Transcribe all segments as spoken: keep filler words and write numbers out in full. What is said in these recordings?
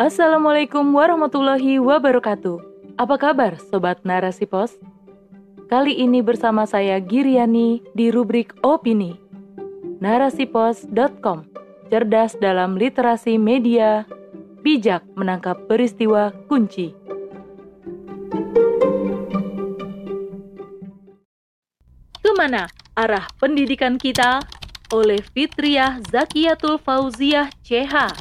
Assalamualaikum warahmatullahi wabarakatuh. Apa kabar Sobat Narasi Pos? Kali ini bersama saya Giriani di rubrik Opini. narasipos dot com, cerdas dalam literasi media, bijak menangkap peristiwa kunci. Kemana arah pendidikan kita? Oleh Fitriah Zakiatul Fauziah C H.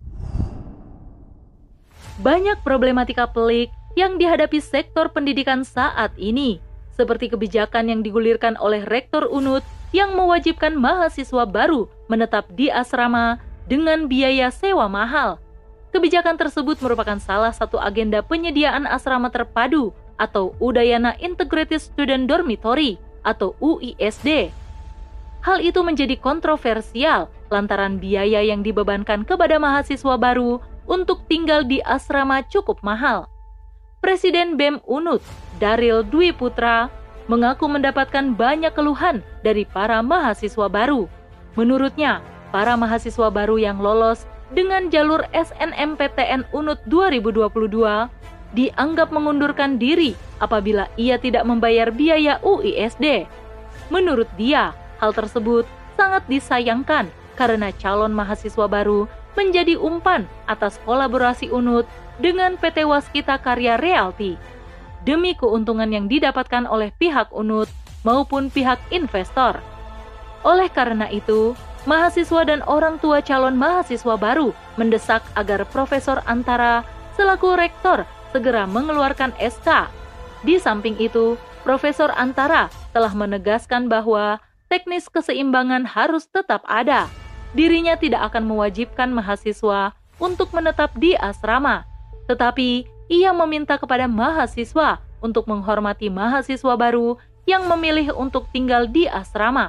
Banyak problematika pelik yang dihadapi sektor pendidikan saat ini, seperti kebijakan yang digulirkan oleh Rektor U N U D yang mewajibkan mahasiswa baru menetap di asrama dengan biaya sewa mahal. Kebijakan tersebut merupakan salah satu agenda penyediaan asrama terpadu atau Udayana Integrated Student Dormitory atau U I S D. Hal itu menjadi kontroversial lantaran biaya yang dibebankan kepada mahasiswa baru untuk tinggal di asrama cukup mahal. Presiden B E M U N U D, Daril Dwi Putra, mengaku mendapatkan banyak keluhan dari para mahasiswa baru. Menurutnya, para mahasiswa baru yang lolos dengan jalur S N M P T N U N U D dua ribu dua puluh dua dianggap mengundurkan diri apabila ia tidak membayar biaya U I S D. Menurut dia, hal tersebut sangat disayangkan karena calon mahasiswa baru menjadi umpan atas kolaborasi U N U D dengan P T Waskita Karya Realty demi keuntungan yang didapatkan oleh pihak U N U D maupun pihak investor. Oleh karena itu, mahasiswa dan orang tua calon mahasiswa baru mendesak agar Profesor Antara selaku rektor segera mengeluarkan S K. Di samping itu, Profesor Antara telah menegaskan bahwa teknis keseimbangan harus tetap ada. Dirinya tidak akan mewajibkan mahasiswa untuk menetap di asrama, tetapi ia meminta kepada mahasiswa untuk menghormati mahasiswa baru yang memilih untuk tinggal di asrama.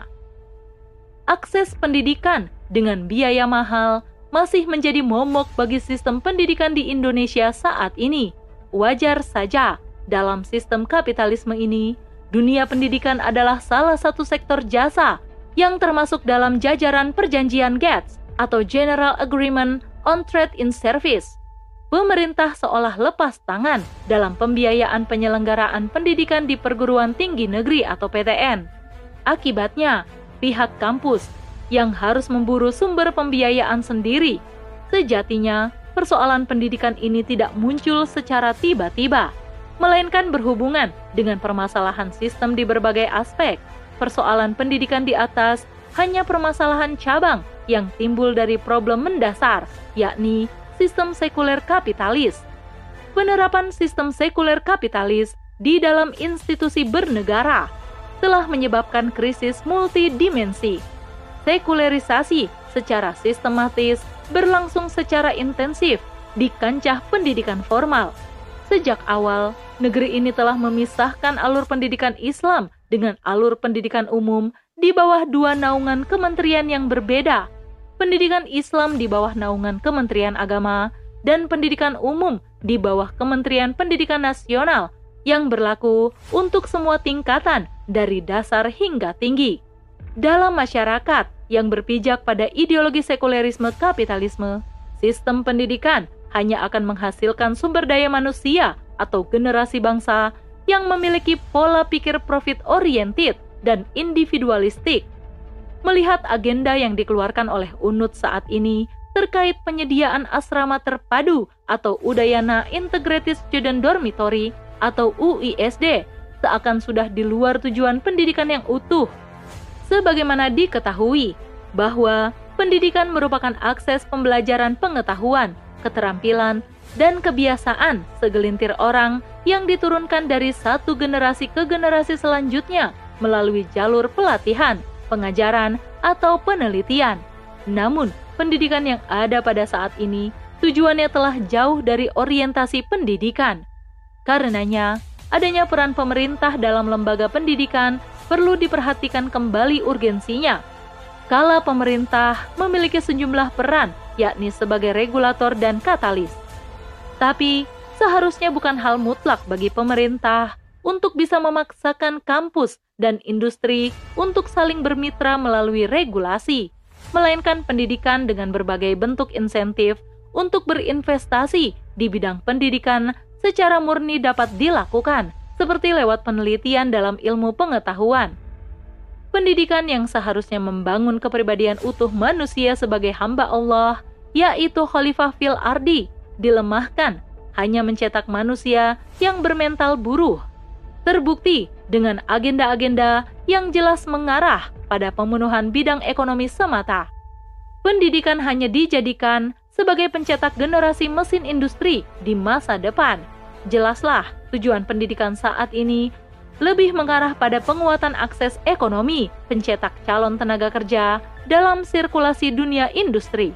Akses pendidikan dengan biaya mahal masih menjadi momok bagi sistem pendidikan di Indonesia saat ini. Wajar saja, dalam sistem kapitalisme ini, dunia pendidikan adalah salah satu sektor jasa yang termasuk dalam jajaran perjanjian Gates atau General Agreement on Trade in Service. Pemerintah seolah lepas tangan dalam pembiayaan penyelenggaraan pendidikan di perguruan tinggi negeri atau P T N. Akibatnya, pihak kampus yang harus memburu sumber pembiayaan sendiri. Sejatinya, persoalan pendidikan ini tidak muncul secara tiba-tiba, melainkan berhubungan dengan permasalahan sistem di berbagai aspek. Persoalan pendidikan di atas hanya permasalahan cabang yang timbul dari problem mendasar, yakni sistem sekuler kapitalis. Penerapan sistem sekuler kapitalis di dalam institusi bernegara telah menyebabkan krisis multidimensi. Sekulerisasi secara sistematis berlangsung secara intensif di kancah pendidikan formal. Sejak awal, negeri ini telah memisahkan alur pendidikan Islam dengan alur pendidikan umum di bawah dua naungan kementerian yang berbeda. Pendidikan Islam di bawah naungan Kementerian Agama dan pendidikan umum di bawah Kementerian Pendidikan Nasional yang berlaku untuk semua tingkatan dari dasar hingga tinggi. Dalam masyarakat yang berpijak pada ideologi sekulerisme kapitalisme, sistem pendidikan hanya akan menghasilkan sumber daya manusia atau generasi bangsa yang memiliki pola pikir profit-oriented dan individualistik. Melihat agenda yang dikeluarkan oleh U N U D saat ini terkait penyediaan asrama terpadu atau Udayana Integrated Student Dormitory atau U I S D, seakan sudah di luar tujuan pendidikan yang utuh. Sebagaimana diketahui bahwa pendidikan merupakan akses pembelajaran pengetahuan, keterampilan, dan kebiasaan segelintir orang yang diturunkan dari satu generasi ke generasi selanjutnya melalui jalur pelatihan, pengajaran, atau penelitian. Namun, pendidikan yang ada pada saat ini tujuannya telah jauh dari orientasi pendidikan. Karenanya, adanya peran pemerintah dalam lembaga pendidikan perlu diperhatikan kembali urgensinya. Kala pemerintah memiliki sejumlah peran, yakni sebagai regulator dan katalis. Tapi, seharusnya bukan hal mutlak bagi pemerintah untuk bisa memaksakan kampus dan industri untuk saling bermitra melalui regulasi, melainkan pendidikan dengan berbagai bentuk insentif untuk berinvestasi di bidang pendidikan secara murni dapat dilakukan, seperti lewat penelitian dalam ilmu pengetahuan. Pendidikan yang seharusnya membangun kepribadian utuh manusia sebagai hamba Allah, yaitu khalifah fil ardi, dilemahkan hanya mencetak manusia yang bermental buruh. Terbukti dengan agenda-agenda yang jelas mengarah pada pemenuhan bidang ekonomi semata. Pendidikan hanya dijadikan sebagai pencetak generasi mesin industri di masa depan. Jelaslah tujuan pendidikan saat ini lebih mengarah pada penguatan akses ekonomi, pencetak calon tenaga kerja dalam sirkulasi dunia industri.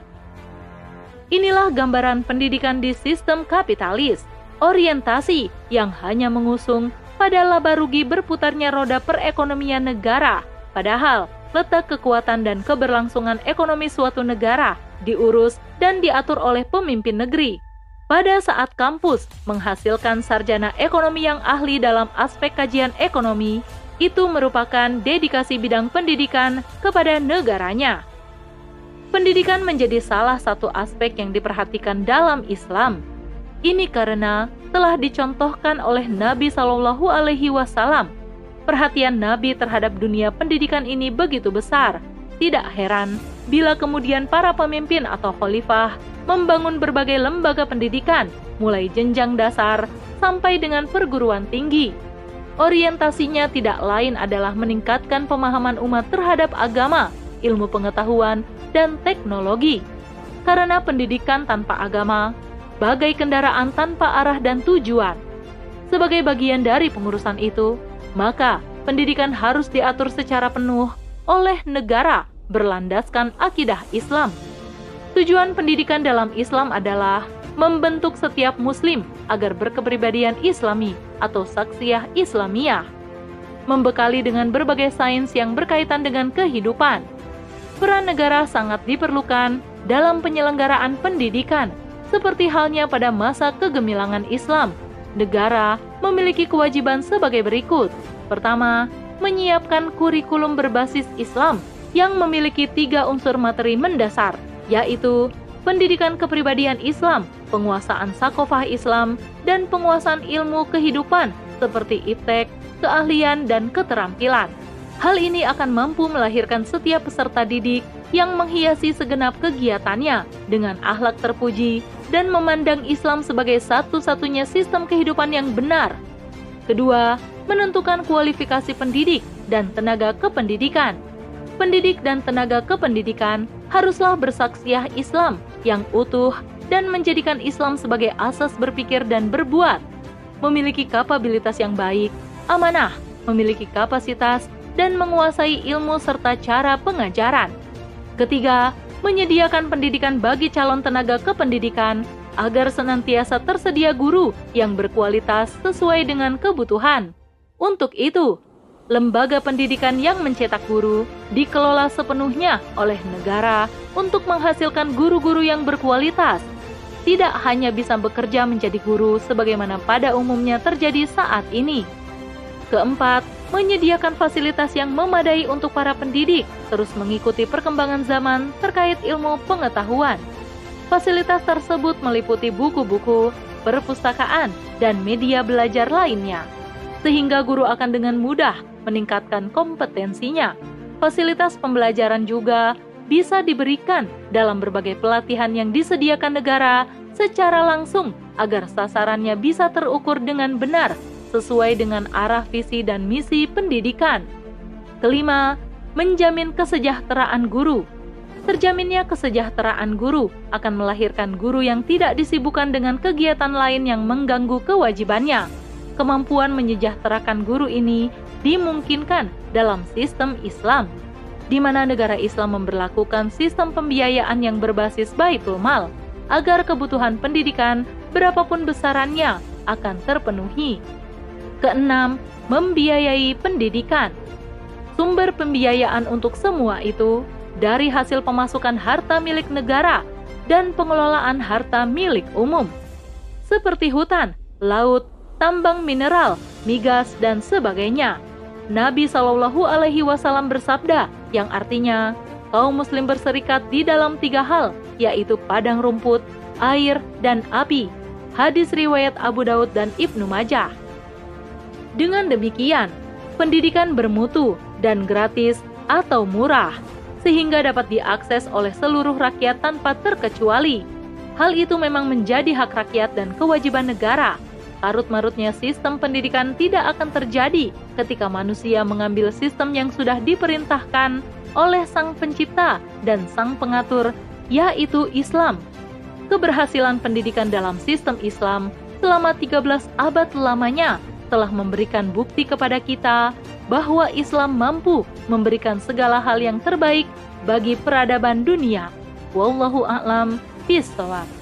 Inilah gambaran pendidikan di sistem kapitalis, orientasi yang hanya mengusung pada laba rugi berputarnya roda perekonomian negara, padahal letak kekuatan dan keberlangsungan ekonomi suatu negara diurus dan diatur oleh pemimpin negeri. Pada saat kampus menghasilkan sarjana ekonomi yang ahli dalam aspek kajian ekonomi, itu merupakan dedikasi bidang pendidikan kepada negaranya. Pendidikan menjadi salah satu aspek yang diperhatikan dalam Islam. Ini karena telah dicontohkan oleh Nabi Shallallahu Alaihi Wasallam. Perhatian Nabi terhadap dunia pendidikan ini begitu besar. Tidak heran bila kemudian para pemimpin atau khalifah membangun berbagai lembaga pendidikan, mulai jenjang dasar sampai dengan perguruan tinggi. Orientasinya tidak lain adalah meningkatkan pemahaman umat terhadap agama, ilmu pengetahuan, dan teknologi. Karena pendidikan tanpa agama bagai kendaraan tanpa arah dan tujuan. Sebagai bagian dari pengurusan itu, maka pendidikan harus diatur secara penuh oleh negara berlandaskan akidah Islam. Tujuan pendidikan dalam Islam adalah membentuk setiap muslim agar berkepribadian Islami atau saksiyah Islamiyah, membekali dengan berbagai sains yang berkaitan dengan kehidupan. Peran negara sangat diperlukan dalam penyelenggaraan pendidikan. Seperti halnya pada masa kegemilangan Islam, negara memiliki kewajiban sebagai berikut. Pertama, menyiapkan kurikulum berbasis Islam yang memiliki tiga unsur materi mendasar, yaitu pendidikan kepribadian Islam, penguasaan sakofah Islam, dan penguasaan ilmu kehidupan seperti iptek, keahlian, dan keterampilan. Hal ini akan mampu melahirkan setiap peserta didik yang menghiasi segenap kegiatannya dengan akhlak terpuji dan memandang Islam sebagai satu-satunya sistem kehidupan yang benar. Kedua, menentukan kualifikasi pendidik dan tenaga kependidikan. Pendidik dan tenaga kependidikan haruslah bersaksiyah Islam yang utuh dan menjadikan Islam sebagai asas berpikir dan berbuat, memiliki kapabilitas yang baik, amanah, memiliki kapasitas, dan menguasai ilmu serta cara pengajaran. Ketiga, menyediakan pendidikan bagi calon tenaga kependidikan agar senantiasa tersedia guru yang berkualitas sesuai dengan kebutuhan. Untuk itu, lembaga pendidikan yang mencetak guru dikelola sepenuhnya oleh negara untuk menghasilkan guru-guru yang berkualitas. Tidak hanya bisa bekerja menjadi guru sebagaimana pada umumnya terjadi saat ini. Keempat, menyediakan fasilitas yang memadai untuk para pendidik, terus mengikuti perkembangan zaman terkait ilmu pengetahuan. Fasilitas tersebut meliputi buku-buku, perpustakaan, dan media belajar lainnya, sehingga guru akan dengan mudah meningkatkan kompetensinya. Fasilitas pembelajaran juga bisa diberikan dalam berbagai pelatihan yang disediakan negara secara langsung agar sasarannya bisa terukur dengan benar sesuai dengan arah visi dan misi pendidikan. Kelima, menjamin kesejahteraan guru. Terjaminnya kesejahteraan guru akan melahirkan guru yang tidak disibukkan dengan kegiatan lain yang mengganggu kewajibannya. Kemampuan menyejahterakan guru ini dimungkinkan dalam sistem Islam, di mana negara Islam memberlakukan sistem pembiayaan yang berbasis baitul mal, agar kebutuhan pendidikan berapapun besarannya akan terpenuhi. Keenam, membiayai pendidikan. Sumber pembiayaan untuk semua itu dari hasil pemasukan harta milik negara dan pengelolaan harta milik umum, seperti hutan, laut, tambang mineral, migas, dan sebagainya. Nabi Shallallahu Alaihi Wasallam bersabda, yang artinya kaum muslim berserikat di dalam tiga hal, yaitu padang rumput, air, dan api. Hadis riwayat Abu Daud dan Ibnu Majah. Dengan demikian, pendidikan bermutu dan gratis atau murah, sehingga dapat diakses oleh seluruh rakyat tanpa terkecuali. Hal itu memang menjadi hak rakyat dan kewajiban negara. Karut-marutnya sistem pendidikan tidak akan terjadi ketika manusia mengambil sistem yang sudah diperintahkan oleh Sang Pencipta dan Sang Pengatur, yaitu Islam. Keberhasilan pendidikan dalam sistem Islam selama tiga belas abad lamanya telah memberikan bukti kepada kita bahwa Islam mampu memberikan segala hal yang terbaik bagi peradaban dunia. Wallahu a'lam bishawab.